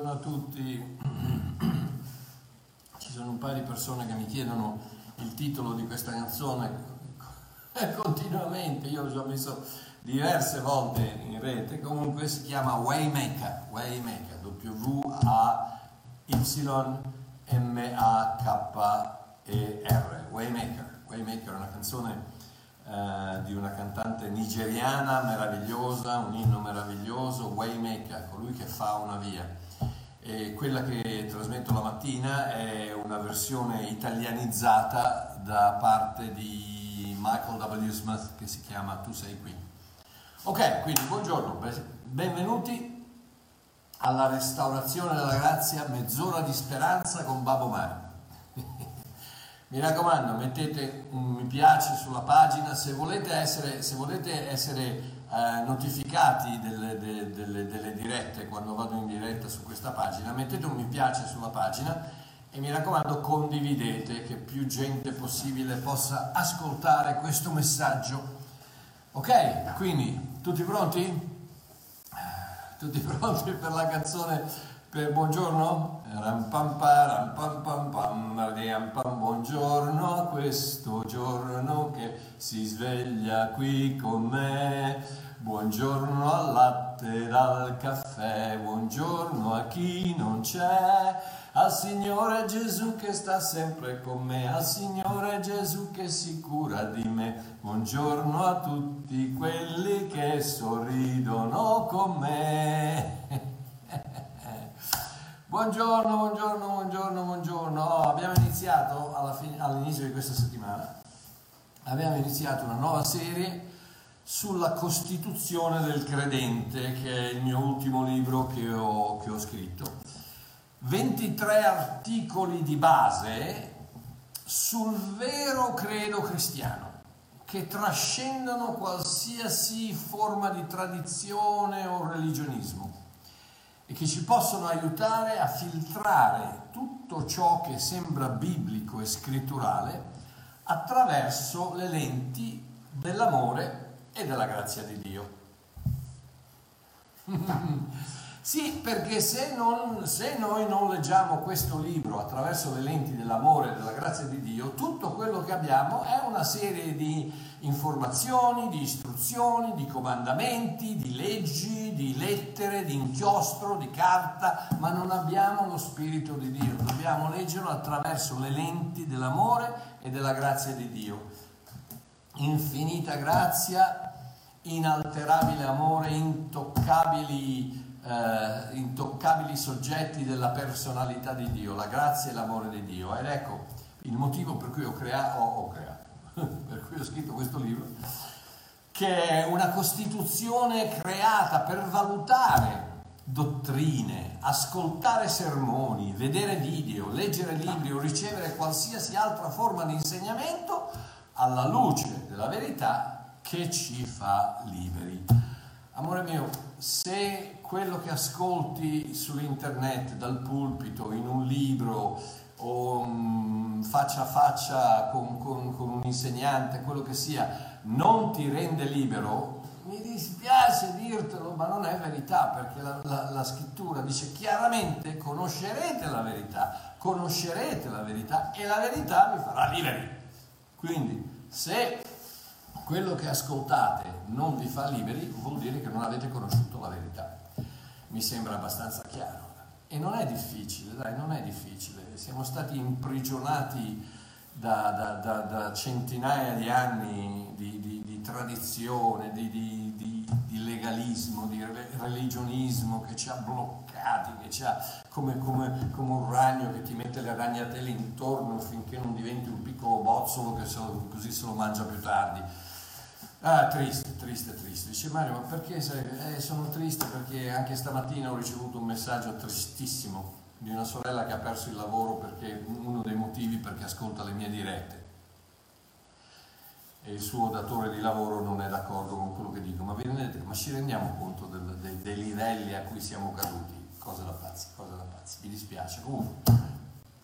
buongiorno a tutti. Ci sono un paio di persone che mi chiedono il titolo di questa canzone continuamente, io l'ho già messo diverse volte in rete. Comunque si chiama Waymaker, W-A-Y-M-A-K-E-R, Waymaker è una canzone di una cantante nigeriana meravigliosa, un inno meraviglioso, Waymaker, colui che fa una via. E quella che trasmetto la mattina è una versione italianizzata da parte di Michael W. Smith, che si chiama Tu sei qui. Ok, quindi buongiorno, benvenuti alla restaurazione della grazia, mezz'ora di speranza con Babbo Mario. Mi raccomando, mettete un mi piace sulla pagina se volete essere notificati delle dirette. Quando vado in diretta su questa pagina, mettete un mi piace sulla pagina e mi raccomando condividete, che più gente possibile possa ascoltare questo messaggio. Ok, quindi tutti pronti? Tutti pronti per la canzone? Per buongiorno? Buongiorno a questo giorno che si sveglia qui con me. Buongiorno al latte e al caffè. Buongiorno a chi non c'è. Al Signore Gesù che sta sempre con me. Al Signore Gesù che si cura di me. Buongiorno a tutti quelli che sorridono con me. Buongiorno. Abbiamo iniziato all'inizio di questa settimana, abbiamo iniziato una nuova serie sulla costituzione del credente, che è il mio ultimo libro che ho scritto. 23 articoli di base sul vero credo cristiano, che trascendono qualsiasi forma di tradizione o religionismo, e che ci possono aiutare a filtrare tutto ciò che sembra biblico e scritturale attraverso le lenti dell'amore e della grazia di Dio. Sì, perché se noi non leggiamo questo libro attraverso le lenti dell'amore e della grazia di Dio, tutto quello che abbiamo è una serie di informazioni, di istruzioni, di comandamenti, di leggi, di lettere, di inchiostro, di carta, ma non abbiamo lo Spirito di Dio. Dobbiamo leggerlo attraverso le lenti dell'amore e della grazia di Dio. Infinita grazia, inalterabile amore, intoccabili soggetti della personalità di Dio, la grazia e l'amore di Dio. Ed ecco il motivo per cui per cui ho scritto questo libro, che è una costituzione creata per valutare dottrine, ascoltare sermoni, vedere video, leggere libri o ricevere qualsiasi altra forma di insegnamento alla luce della verità che ci fa liberi. Amore mio, se quello che ascolti sull'internet, dal pulpito, in un libro o faccia a faccia con un insegnante, quello che sia, non ti rende libero, mi dispiace dirtelo, ma non è verità, perché la scrittura dice chiaramente: conoscerete la verità e la verità vi farà liberi. Quindi se quello che ascoltate non vi fa liberi, vuol dire che non avete conosciuto la verità. Mi sembra abbastanza chiaro. E non è difficile, non è difficile. Siamo stati imprigionati da centinaia di anni di tradizione, di legalismo, di religionismo, che ci ha bloccati, che ci ha come un ragno che ti mette le ragnatele intorno finché non diventi un piccolo bozzolo che così se lo mangia più tardi. Triste. Dice Mario, ma perché sono triste? Perché anche stamattina ho ricevuto un messaggio tristissimo di una sorella che ha perso il lavoro, perché uno dei motivi perché ascolta le mie dirette e il suo datore di lavoro non è d'accordo con quello che dico. Ma ci rendiamo conto dei livelli a cui siamo caduti? Cosa da pazzi. Mi dispiace.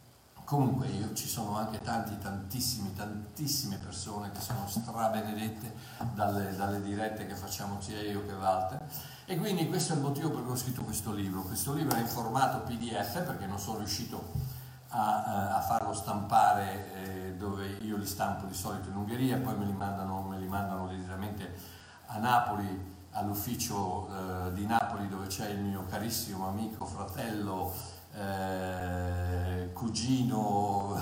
Comunque ci sono anche tantissime persone che sono strabenedette dalle dirette che facciamo sia io che Walter, e quindi questo è il motivo per cui ho scritto questo libro. Questo libro è in formato PDF perché non sono riuscito a farlo stampare dove io li stampo di solito in Ungheria, poi me li mandano direttamente a Napoli, all'ufficio di Napoli, dove c'è il mio carissimo amico, fratello, cugino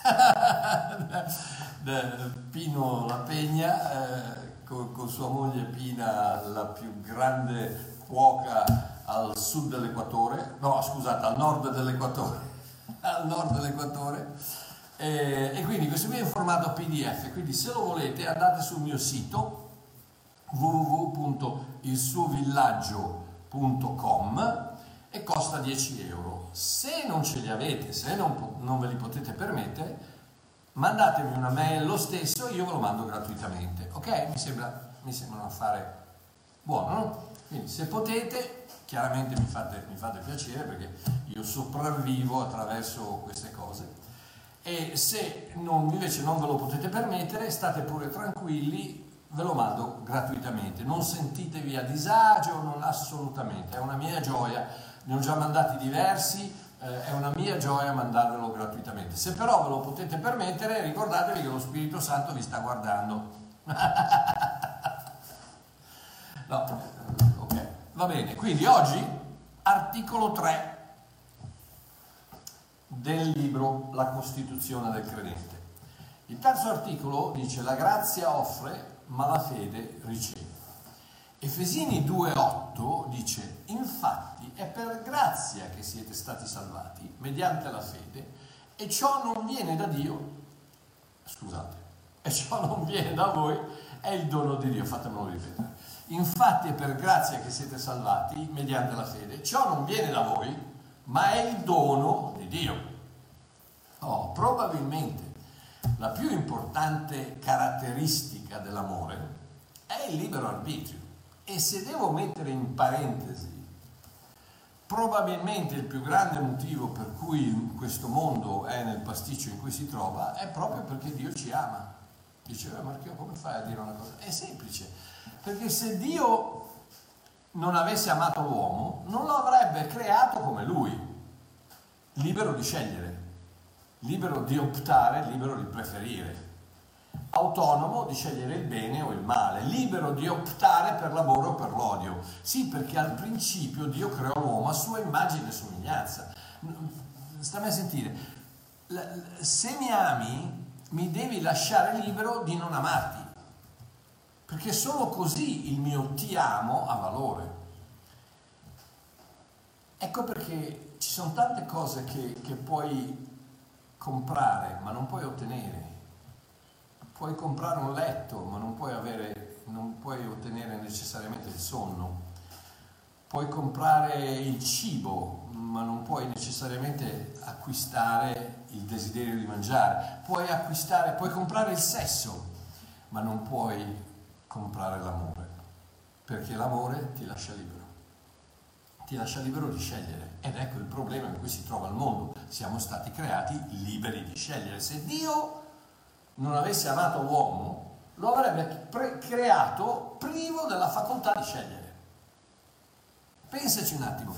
Pino La Pegna, con sua moglie Pina, la più grande cuoca al sud dell'equatore, no scusate, al nord dell'equatore, e quindi questo qui è in formato PDF, quindi se lo volete andate sul mio sito www.ilsuovillaggio.com e costa 10 euro. Se non ce li avete, se non ve li potete permettere, mandatemi una mail lo stesso e io ve lo mando gratuitamente, ok? Mi sembra un affare buono, no? Quindi se potete, chiaramente mi fate piacere, perché io sopravvivo attraverso queste cose, e se invece non ve lo potete permettere, state pure tranquilli, ve lo mando gratuitamente, non sentitevi a disagio, non, assolutamente, è una mia gioia, ne ho già mandati diversi, è una mia gioia mandarvelo gratuitamente. Se però ve lo potete permettere, ricordatevi che lo Spirito Santo vi sta guardando. No, ok, va bene, quindi oggi articolo 3 del libro La Costituzione del Credente. Il terzo articolo dice: la grazia offre, ma la fede riceve. Efesini 2,8 dice: infatti è per grazia che siete stati salvati mediante la fede, e ciò non viene da Dio, e ciò non viene da voi, è il dono di Dio. Fatemelo ripetere: infatti è per grazia che siete salvati mediante la fede, ciò non viene da voi, ma è il dono di Dio. Probabilmente la più importante caratteristica dell'amore è il libero arbitrio, e se devo mettere in parentesi, probabilmente il più grande motivo per cui questo mondo è nel pasticcio in cui si trova è proprio perché Dio ci ama. Diceva Marchio, come fai a dire una cosa? È semplice, perché se Dio non avesse amato l'uomo, non lo avrebbe creato come lui, libero di scegliere, libero di optare, libero di preferire, autonomo di scegliere il bene o il male, libero di optare per l'amore o per l'odio. Sì, perché al principio Dio creò l'uomo a sua immagine e somiglianza. Stammi a sentire, se mi ami mi devi lasciare libero di non amarti, perché solo così il mio ti amo ha valore. Ecco perché ci sono tante cose che puoi comprare ma non puoi ottenere. Puoi comprare un letto ma non puoi ottenere necessariamente il sonno. Puoi comprare il cibo ma non puoi necessariamente acquistare il desiderio di mangiare. Puoi comprare il sesso ma non puoi comprare l'amore, perché l'amore ti lascia libero di scegliere. Ed ecco il problema in cui si trova il mondo: siamo stati creati liberi di scegliere. Se Dio non avesse amato l'uomo, lo avrebbe creato privo della facoltà di scegliere. Pensaci un attimo.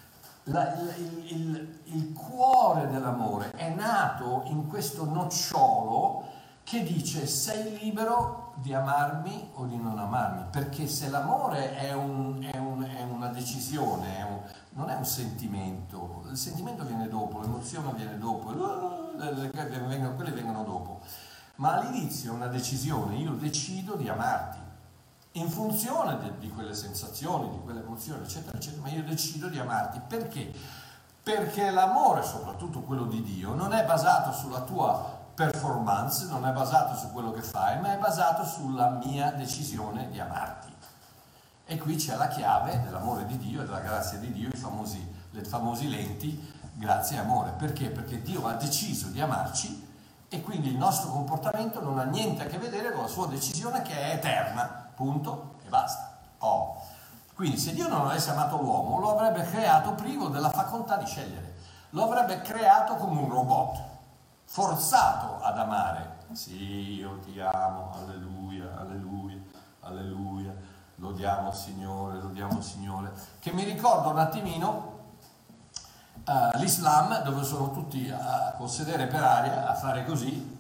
Il cuore dell'amore è nato in questo nocciolo che dice: sei libero di amarmi o di non amarmi, perché se l'amore è una decisione, non è un sentimento. Il sentimento viene dopo, l'emozione viene dopo, quelle vengono dopo, ma all'inizio è una decisione. Io decido di amarti in funzione di quelle sensazioni, di quelle emozioni, eccetera, eccetera, ma io decido di amarti. Perché? Perché l'amore, soprattutto quello di Dio, non è basato sulla tua performance, non è basato su quello che fai, ma è basato sulla mia decisione di amarti. E qui c'è la chiave dell'amore di Dio e della grazia di Dio, le famosi lenti grazia e amore. Perché? Perché Dio ha deciso di amarci, e quindi il nostro comportamento non ha niente a che vedere con la sua decisione, che è eterna, punto e basta. Quindi se Dio non avesse amato l'uomo, lo avrebbe creato privo della facoltà di scegliere, lo avrebbe creato come un robot, forzato ad amare. Sì, io ti amo, alleluia, alleluia, alleluia, lodiamo il Signore, che mi ricorda un attimino l'Islam, dove sono tutti col sedere per aria a fare così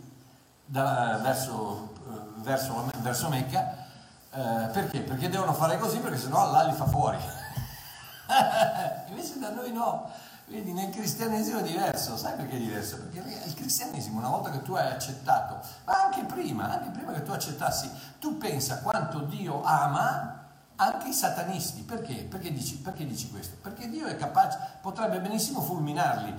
verso Mecca. Perché? Perché devono fare così, perché sennò Allah li fa fuori. Invece da noi no. Vedi, nel cristianesimo è diverso. Sai perché è diverso? Perché il cristianesimo, una volta che tu hai accettato, ma anche prima che tu accettassi, tu pensa quanto Dio ama anche i satanisti. Perché? Perché dici questo? Perché Dio è capace, potrebbe benissimo fulminarli.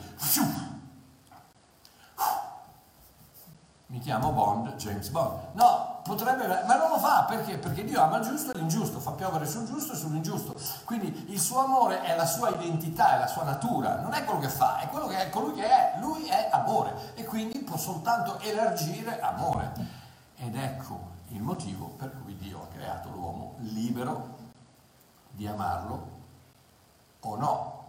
Mi chiamo Bond, James Bond. No, potrebbe, ma non lo fa. Perché? Perché Dio ama il giusto e l'ingiusto, fa piovere sul giusto e sull'ingiusto. Quindi il suo amore è la sua identità, è la sua natura, non è quello che fa, è quello che è, colui che è. Lui è amore e quindi può soltanto elargire amore. Ed ecco il motivo per cui Dio ha creato l'uomo libero di amarlo o no.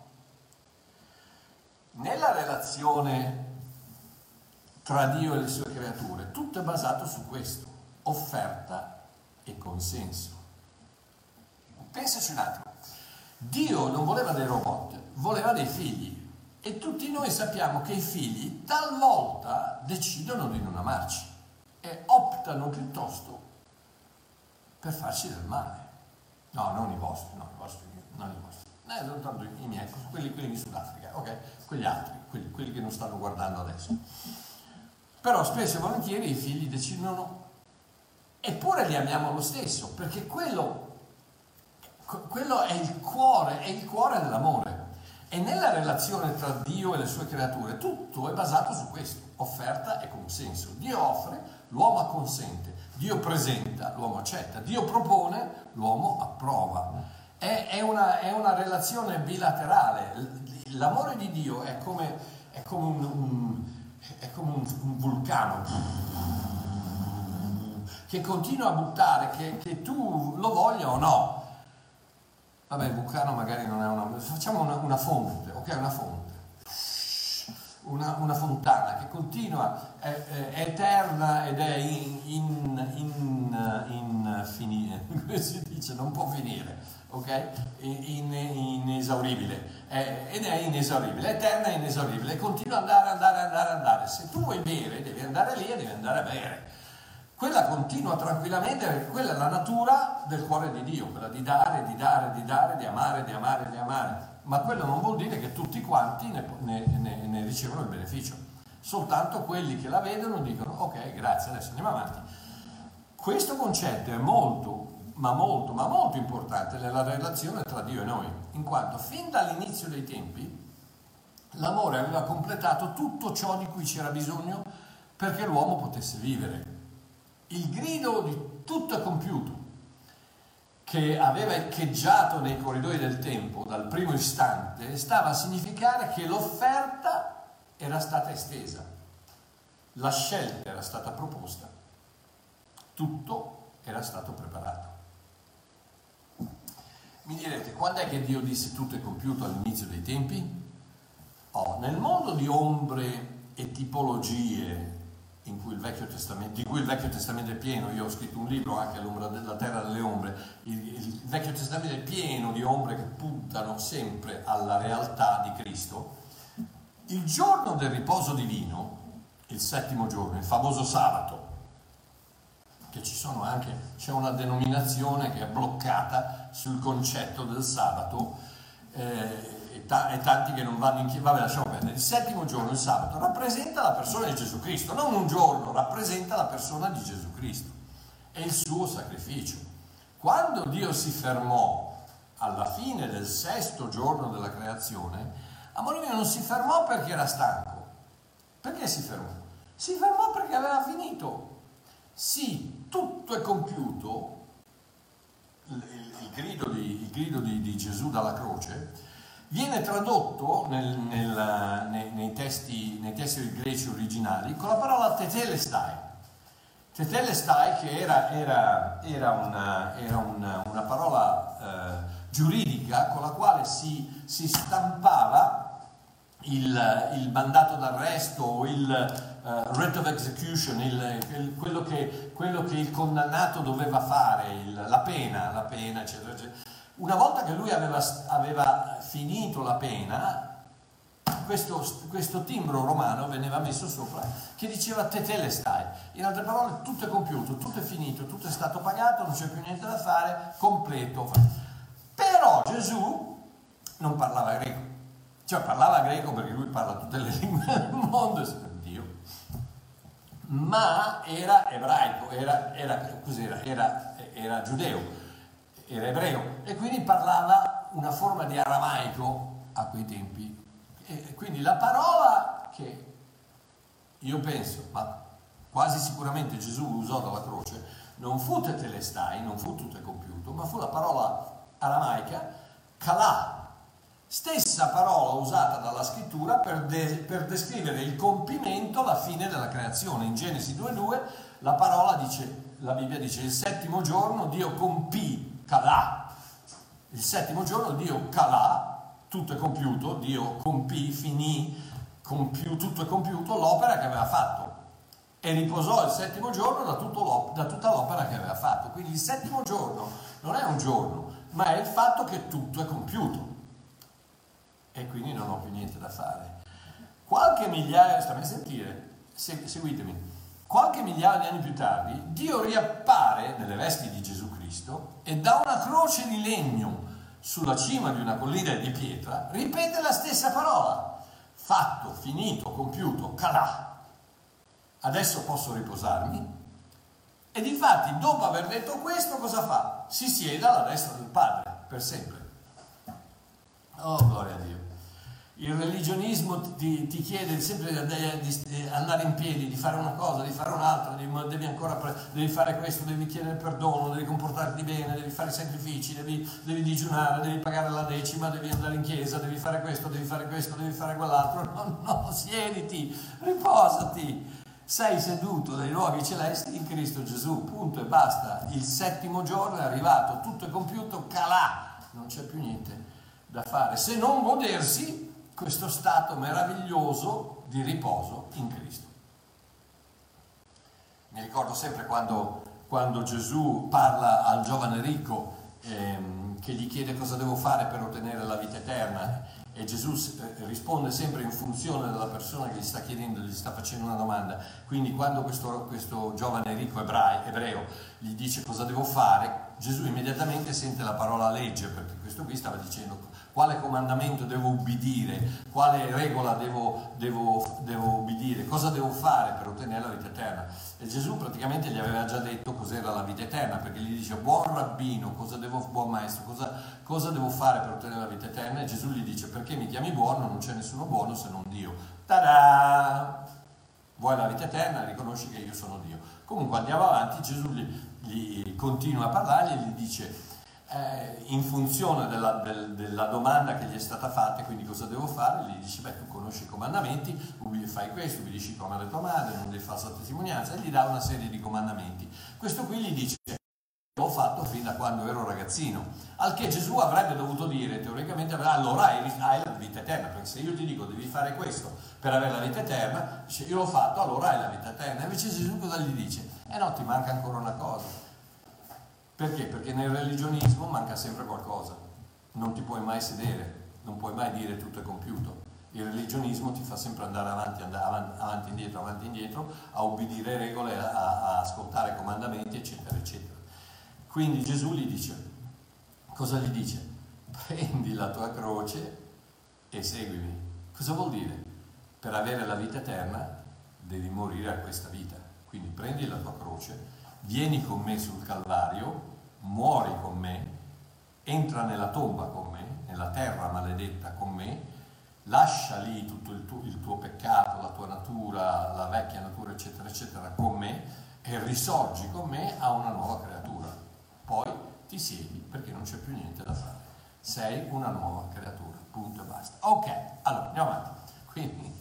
Nella relazione tra Dio e le sue creature, tutto è basato su questo: offerta e consenso. Pensaci un attimo. Dio non voleva dei robot, voleva dei figli, e tutti noi sappiamo che i figli talvolta decidono di non amarci e optano piuttosto per farci del male. No, non i vostri, soltanto i miei, quelli in Sudafrica, ok? Quegli altri, quelli che non stanno guardando adesso. Però spesso e volentieri i figli decidono, eppure li amiamo lo stesso, perché quello è il cuore dell'amore. E nella relazione tra Dio e le sue creature tutto è basato su questo: offerta e consenso. Dio offre, l'uomo acconsente. Dio presenta, l'uomo accetta. Dio propone, l'uomo approva. È una relazione bilaterale. L'amore di Dio è come un vulcano che continua a buttare, che tu lo voglia o no. Vabbè, il vulcano magari non è facciamo una fonte, ok? Una fonte, una fontana che continua, è eterna ed è infinita, come si dice, non può finire, ok? Inesauribile, ed è inesauribile, è eterna e inesauribile, e continua ad andare. Se tu vuoi bere, devi andare lì e devi andare a bere. Quella continua tranquillamente, perché quella è la natura del cuore di Dio, quella di dare, di amare. Ma quello non vuol dire che tutti quanti ne ricevono il beneficio. Soltanto quelli che la vedono dicono: ok, grazie, adesso andiamo avanti. Questo concetto è molto importante nella relazione tra Dio e noi, in quanto fin dall'inizio dei tempi l'amore aveva completato tutto ciò di cui c'era bisogno perché l'uomo potesse vivere. Il grido di tutto è compiuto, che aveva echeggiato nei corridoi del tempo dal primo istante, stava a significare che l'offerta era stata estesa, la scelta era stata proposta, tutto era stato preparato. Mi direte, quando è che Dio disse tutto è compiuto all'inizio dei tempi? Nel mondo di ombre e tipologie di cui il Vecchio Testamento è pieno. Io ho scritto un libro anche all'ombra della terra delle ombre. Il Vecchio Testamento è pieno di ombre che puntano sempre alla realtà di Cristo. Il giorno del riposo divino, il settimo giorno, il famoso sabato, che c'è una denominazione che è bloccata sul concetto del sabato, e tanti che non vanno in chiesa. Vabbè, lasciamo perdere. Il settimo giorno, il sabato, rappresenta la persona di Gesù Cristo, non un giorno, rappresenta la persona di Gesù Cristo e il suo sacrificio. Quando Dio si fermò alla fine del sesto giorno della creazione, amore mio, non si fermò perché era stanco. Perché si fermò? Si fermò perché aveva finito. Sì, tutto è compiuto. Il grido di Gesù dalla croce viene tradotto nei testi greci originali con la parola tetelestai. Tetelestai, che era una parola giuridica con la quale si stampava il mandato d'arresto o il writ of execution, quello che il condannato doveva fare, la pena, eccetera, eccetera. Una volta che lui aveva finito la pena, questo timbro romano veniva messo sopra che diceva tetelestai. In altre parole, tutto è compiuto, tutto è finito, tutto è stato pagato, non c'è più niente da fare, completo. Però Gesù non parlava greco. Cioè parlava greco perché lui parla tutte le lingue del mondo, Dio, ma era ebraico, era giudeo, era ebreo e quindi parlava una forma di aramaico a quei tempi. E quindi la parola che io penso, ma quasi sicuramente Gesù usò dalla croce, non fu tetelestai, non fu tutto è compiuto, ma fu la parola aramaica kalà. Stessa parola usata dalla scrittura per descrivere il compimento, la fine della creazione. In Genesi 2:2 la Bibbia dice il settimo giorno Dio compì, kalà. Il settimo giorno Dio kalà, tutto è compiuto, Dio compì, finì, tutto è compiuto l'opera che aveva fatto. E riposò il settimo giorno da tutta l'opera che aveva fatto. Quindi il settimo giorno non è un giorno, ma è il fatto che tutto è compiuto. E quindi non ho più niente da fare. Qualche migliaia, stammi a sentire, seguitemi, qualche migliaia di anni più tardi, Dio riappare nelle vesti di Gesù Cristo e da una croce di legno sulla cima di una collina di pietra ripete la stessa parola: fatto, finito, compiuto, kalà. Adesso posso riposarmi. E difatti, dopo aver detto questo, cosa fa? Si siede alla destra del Padre per sempre. Oh, gloria a Dio. Il religionismo ti chiede sempre di andare in piedi, di fare una cosa, di fare un'altra, devi fare questo, devi chiedere perdono, devi comportarti bene, devi fare sacrifici, devi digiunare, devi pagare la decima, devi andare in chiesa, devi fare questo, devi fare quell'altro. No, siediti, riposati. Sei seduto nei luoghi celesti in Cristo Gesù, punto e basta. Il settimo giorno è arrivato, tutto è compiuto, calà, non c'è più niente da fare se non godersi questo stato meraviglioso di riposo in Cristo. Mi ricordo sempre quando Gesù parla al giovane ricco che gli chiede cosa devo fare per ottenere la vita eterna, e Gesù risponde sempre in funzione della persona che gli sta chiedendo, gli sta facendo una domanda. Quindi quando questo giovane ricco ebreo gli dice cosa devo fare, Gesù immediatamente sente la parola legge, perché questo qui stava dicendo quale comandamento devo ubbidire, quale regola devo ubbidire, cosa devo fare per ottenere la vita eterna. E Gesù praticamente gli aveva già detto cos'era la vita eterna, perché gli dice: buon rabbino, buon maestro, cosa devo fare per ottenere la vita eterna? E Gesù gli dice: perché mi chiami buono? Non c'è nessuno buono se non Dio. Ta-da! Vuoi la vita eterna? Riconosci che io sono Dio. Comunque andiamo avanti, Gesù gli continua a parlare e gli dice, in funzione della domanda che gli è stata fatta, quindi cosa devo fare, gli dice: beh, tu conosci i comandamenti, fai questo, ubbidisci come alle tua madre, non devi falsa testimonianza, e gli dà una serie di comandamenti. Questo qui gli dice: l'ho fatto fin da quando ero ragazzino, al che Gesù avrebbe dovuto dire teoricamente: allora hai la vita eterna, perché se io ti dico devi fare questo per avere la vita eterna, dice io l'ho fatto, allora hai la vita eterna. Invece Gesù cosa gli dice? No, ti manca ancora una cosa. Perché? Perché nel religionismo manca sempre qualcosa, non ti puoi mai sedere, non puoi mai dire tutto è compiuto. Il religionismo ti fa sempre andare avanti, indietro, a obbedire regole, a ascoltare comandamenti, eccetera, eccetera. Quindi Gesù gli dice, cosa gli dice? Prendi la tua croce e seguimi. Cosa vuol dire? Per avere la vita eterna devi morire a questa vita. Quindi prendi la tua croce, vieni con me sul Calvario, muori con me, entra nella tomba con me, nella terra maledetta con me, lascia lì tutto il tuo peccato, la tua natura, la vecchia natura, eccetera, eccetera, con me, e risorgi con me a una nuova creatura. Poi ti siedi perché non c'è più niente da fare. Sei una nuova creatura, punto e basta. Ok, allora andiamo avanti. Quindi,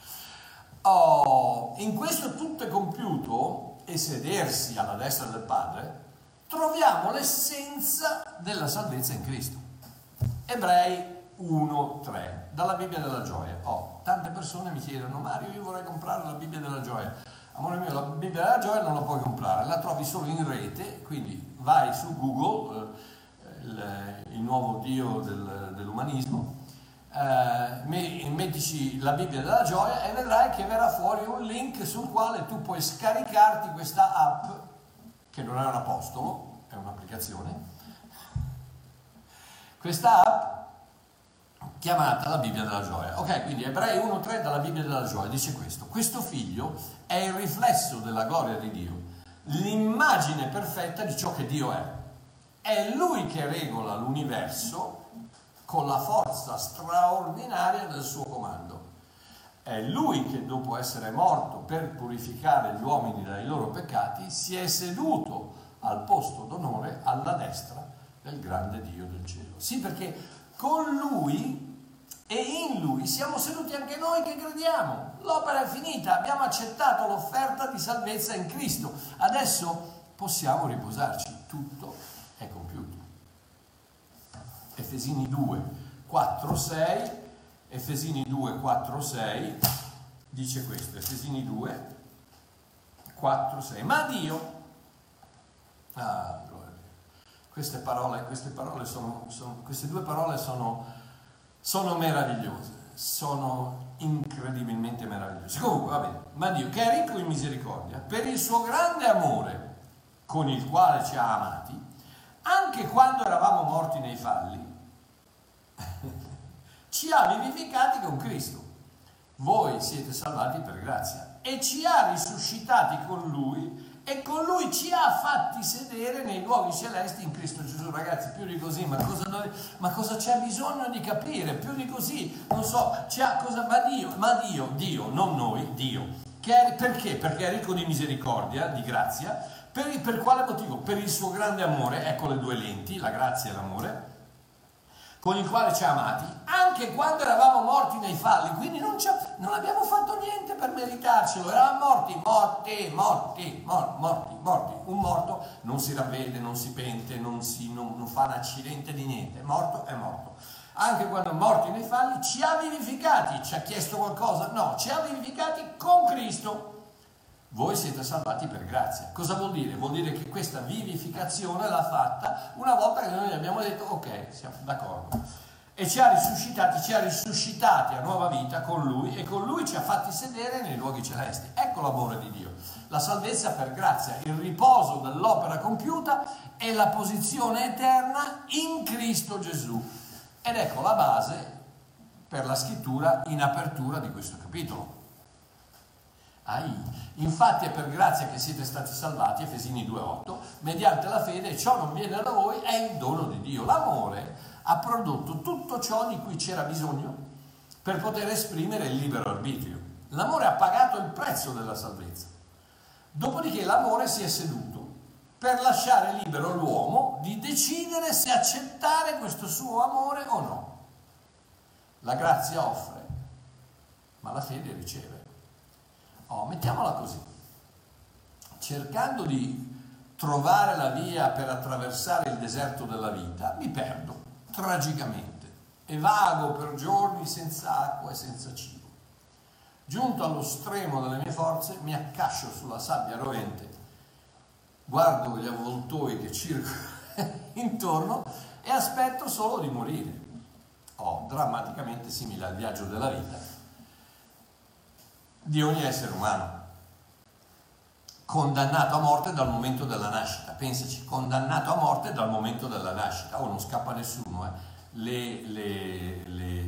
in questo tutto è compiuto e sedersi alla destra del Padre, troviamo l'essenza della salvezza in Cristo. Ebrei 1:3. dalla Bibbia della gioia. Tante persone mi chiedono: Mario, io vorrei comprare la Bibbia della gioia. Amore mio, la Bibbia della gioia non la puoi comprare, la trovi solo in rete, quindi vai su Google, il nuovo dio dell'umanismo, mettici la Bibbia della gioia e vedrai che verrà fuori un link sul quale tu puoi scaricarti questa app, che non è un apostolo, è un'applicazione, questa app chiamata la Bibbia della gioia. Ok, quindi Ebrei 1:3 dalla Bibbia della gioia dice questo: questo figlio è il riflesso della gloria di Dio, l'immagine perfetta di ciò che Dio è. È lui che regola l'universo con la forza straordinaria del suo comando. È lui che, dopo essere morto per purificare gli uomini dai loro peccati, si è seduto al posto d'onore alla destra del grande Dio del cielo. Sì, perché con lui e in lui siamo seduti anche noi che crediamo. L'opera è finita, abbiamo accettato l'offerta di salvezza in Cristo. Adesso possiamo riposarci, tutto è compiuto. Efesini 2, 4, 6, Efesini 2, 4, 6 dice questo, Efesini 2, 4, 6. Ma Dio, queste due parole sono meravigliose, sono incredibilmente meravigliose. Comunque va bene. Ma Dio, che è ricco in misericordia, per il suo grande amore con il quale ci ha amati, anche quando eravamo morti nei falli, ci ha vivificati con Cristo. Voi siete salvati per grazia e ci ha risuscitati con Lui e con Lui ci ha fatti sedere nei luoghi celesti in Cristo Gesù. Ragazzi, più di così, ma cosa c'è bisogno di capire? Più di così, non so, Dio, non noi, Dio. Perché? Perché è ricco di misericordia, di grazia. Per quale motivo? Per il suo grande amore, ecco le due lenti, la grazia e l'amore, con il quale ci ha amati, anche quando eravamo morti nei falli, quindi non abbiamo fatto niente per meritarcelo, eravamo morti. Un morto non si ravvede, non si pente, non fa un accidente di niente, morto è morto. Anche quando morti nei falli ci ha vivificati, ci ha chiesto qualcosa? No, ci ha vivificati con Cristo. Voi siete salvati per grazia. Cosa vuol dire? Vuol dire che questa vivificazione l'ha fatta una volta che noi abbiamo detto ok, siamo d'accordo. E ci ha risuscitati a nuova vita con Lui e con Lui ci ha fatti sedere nei luoghi celesti. Ecco l'amore di Dio. La salvezza per grazia, il riposo dell'opera compiuta e la posizione eterna in Cristo Gesù. Ed ecco la base per la scrittura in apertura di questo capitolo. Infatti è per grazia che siete stati salvati, Efesini 2,8, mediante la fede, e ciò non viene da voi, è il dono di Dio. L'amore ha prodotto tutto ciò di cui c'era bisogno per poter esprimere il libero arbitrio. L'amore ha pagato il prezzo della salvezza. Dopodiché l'amore si è seduto per lasciare libero l'uomo di decidere se accettare questo suo amore o no. La grazia offre, ma la fede riceve. Mettiamola così, cercando di trovare la via per attraversare il deserto della vita, mi perdo tragicamente e vago per giorni senza acqua e senza cibo. Giunto allo stremo delle mie forze, mi accascio sulla sabbia rovente, guardo gli avvoltoi che circolano intorno e aspetto solo di morire. Drammaticamente simile al viaggio della vita di ogni essere umano, condannato a morte dal momento della nascita. Pensaci, condannato a morte dal momento della nascita. Non scappa nessuno. Le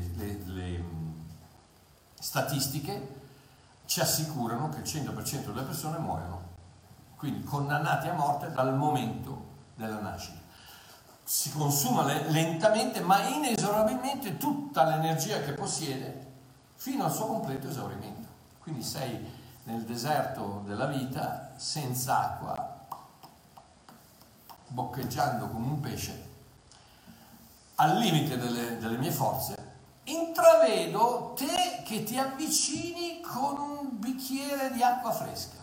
statistiche ci assicurano che il 100% delle persone muoiono, quindi condannati a morte dal momento della nascita. Si consuma lentamente ma inesorabilmente tutta l'energia che possiede fino al suo completo esaurimento. Quindi sei nel deserto della vita, senza acqua, boccheggiando come un pesce, al limite delle mie forze, intravedo te che ti avvicini con un bicchiere di acqua fresca.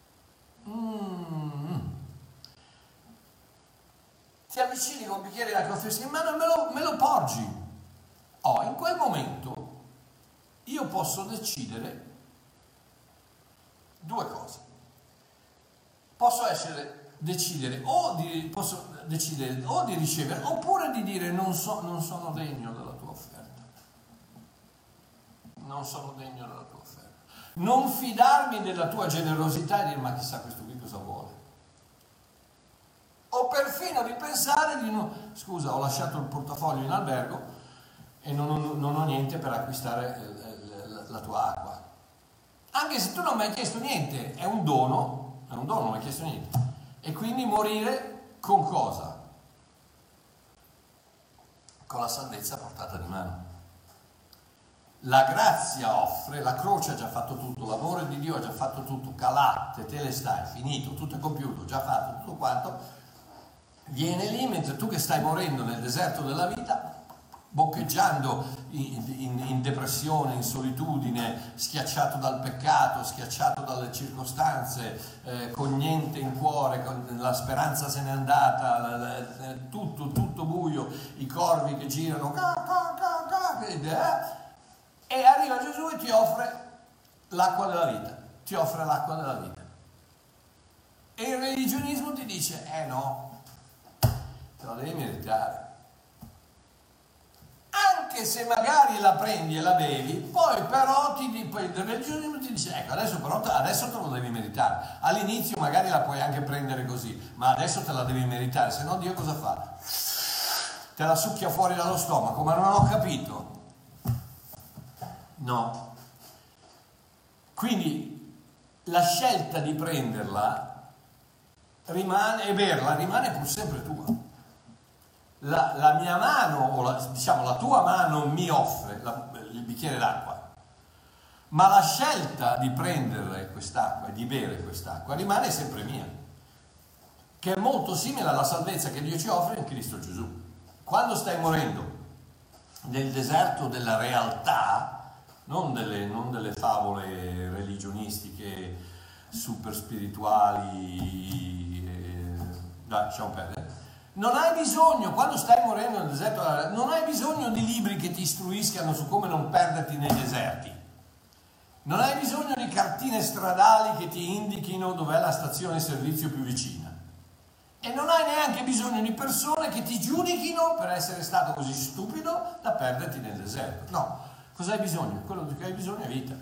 Ti avvicini con un bicchiere di acqua fresca in mano e me lo porgi. In quel momento io posso decidere due cose. Posso decidere o di ricevere, oppure di dire non sono degno della tua offerta. Non sono degno della tua offerta. Non fidarmi della tua generosità e dire ma chissà questo qui cosa vuole. O perfino di pensare scusa, ho lasciato il portafoglio in albergo e non ho niente per acquistare la tua acqua. Anche se tu non mi hai chiesto niente, è un dono, non mi hai chiesto niente. E quindi morire con cosa? Con la salvezza a portata di mano. La grazia offre, la croce ha già fatto tutto, l'amore di Dio ha già fatto tutto, calà, te le stai, finito, tutto è compiuto, già fatto tutto quanto, viene lì mentre tu che stai morendo nel deserto della vita, boccheggiando in depressione, in solitudine, schiacciato dal peccato, schiacciato dalle circostanze, con niente in cuore, con la speranza se n'è andata, tutto buio, i corvi che girano, e arriva Gesù e ti offre l'acqua della vita, E il religionismo ti dice, no, te la devi meritare. Anche se magari la prendi e la bevi, poi però il religionismo ti dice, ecco, adesso te lo devi meritare. All'inizio magari la puoi anche prendere così, ma adesso te la devi meritare, se no Dio cosa fa? Te la succhia fuori dallo stomaco, ma non ho capito. No. Quindi la scelta di prenderla e berla rimane pur sempre tua. La mia mano, o la tua mano mi offre il bicchiere d'acqua, ma la scelta di prendere quest'acqua e di bere quest'acqua rimane sempre mia, che è molto simile alla salvezza che Dio ci offre in Cristo Gesù. Quando stai morendo nel deserto della realtà, non delle favole religionistiche super spirituali, lasciamo perdere. Non hai bisogno, quando stai morendo nel deserto, non hai bisogno di libri che ti istruiscano su come non perderti nei deserti. Non hai bisogno di cartine stradali che ti indichino dov'è la stazione servizio più vicina. E non hai neanche bisogno di persone che ti giudichino per essere stato così stupido da perderti nel deserto. No, cosa hai bisogno? Quello di cui hai bisogno è vita.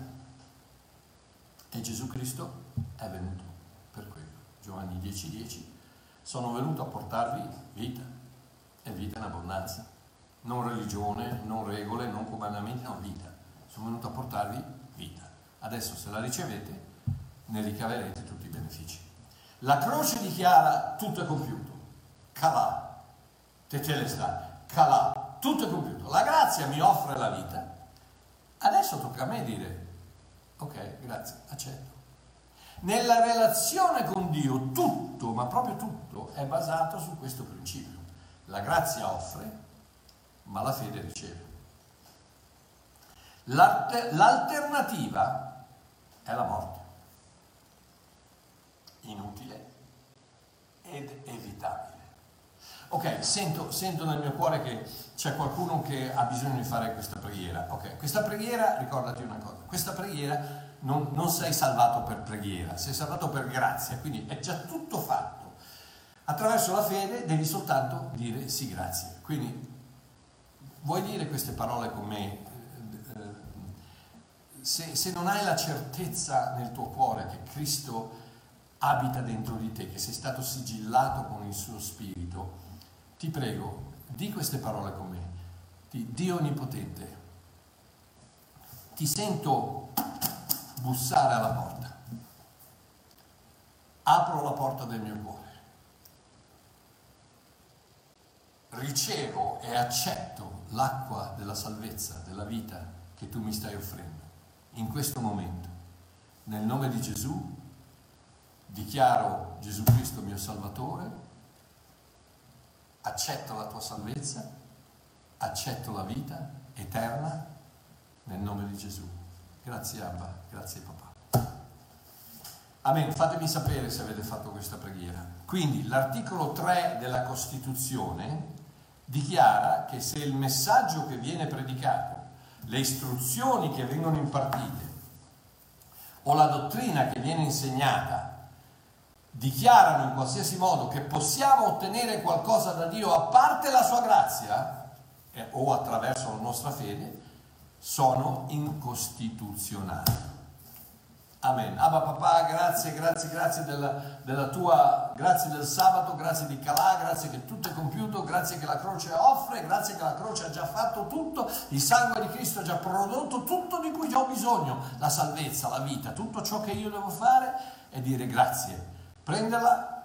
E Gesù Cristo è venuto per quello. Giovanni 10:10. Sono venuto a portarvi vita, e vita in abbondanza. Non religione, non regole, non comandamenti, no, vita. Sono venuto a portarvi vita. Adesso se la ricevete ne ricaverete tutti i benefici. La croce dichiara tutto è compiuto. Calà, tetelestai, calà, tutto è compiuto. La grazia mi offre la vita. Adesso tocca a me dire, ok, grazie, accetto. Nella relazione con Dio tutto, ma proprio tutto, è basato su questo principio. La grazia offre, ma la fede riceve. L'alternativa è la morte. Inutile ed evitabile. Ok, sento nel mio cuore che c'è qualcuno che ha bisogno di fare questa preghiera. Ok, questa preghiera, ricordati una cosa, questa preghiera non sei salvato per preghiera, sei salvato per grazia, quindi è già tutto fatto. Attraverso la fede devi soltanto dire sì, grazie. Quindi vuoi dire queste parole con me? Se non hai la certezza nel tuo cuore che Cristo abita dentro di te, che sei stato sigillato con il suo spirito, ti prego, di queste parole con me. Dio Onnipotente, ti sento bussare alla porta. Apro la porta del mio cuore. Ricevo e accetto l'acqua della salvezza, della vita che tu mi stai offrendo. In questo momento, nel nome di Gesù, dichiaro Gesù Cristo mio Salvatore, accetto la tua salvezza, accetto la vita eterna nel nome di Gesù. Grazie Abba, grazie papà. Amen. Fatemi sapere se avete fatto questa preghiera. Quindi l'articolo 3 della Costituzione dichiara che se il messaggio che viene predicato le istruzioni che vengono impartite o la dottrina che viene insegnata dichiarano in qualsiasi modo che possiamo ottenere qualcosa da Dio a parte la sua grazia o attraverso la nostra fede, sono incostituzionali. Amen. Abba papà, grazie della tua, grazie del sabato, grazie di Calà, grazie che tutto è compiuto, grazie che la croce offre, grazie che la croce ha già fatto tutto, il sangue di Cristo ha già prodotto tutto di cui ho bisogno, la salvezza, la vita, tutto ciò che io devo fare è dire grazie, prenderla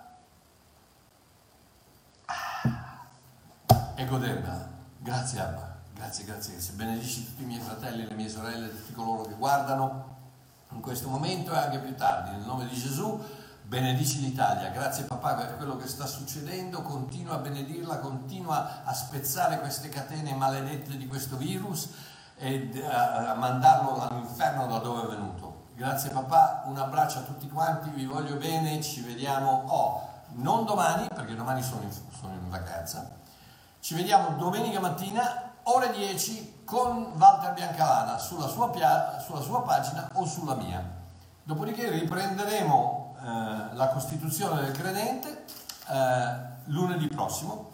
e godermela. Grazie Abba, grazie, benedici tutti i miei fratelli, le mie sorelle, tutti coloro che guardano in questo momento e anche più tardi, nel nome di Gesù. Benedici l'Italia, grazie papà per quello che sta succedendo, continua a benedirla, continua a spezzare queste catene maledette di questo virus e a mandarlo all'inferno da dove è venuto. Grazie papà, un abbraccio a tutti quanti, vi voglio bene, ci vediamo non domani perché domani sono in vacanza, ci vediamo domenica mattina ore 10 con Walter Biancalana sulla sua pagina o sulla mia. Dopodiché riprenderemo la Costituzione del credente lunedì prossimo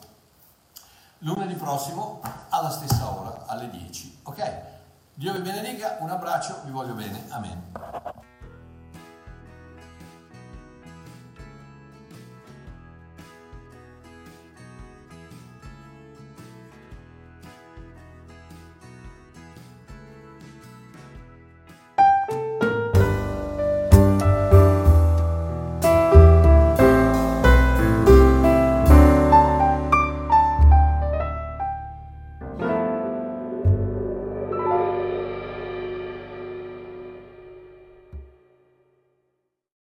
alla stessa ora, alle 10. Ok? Dio vi benedica, un abbraccio, vi voglio bene. Amen.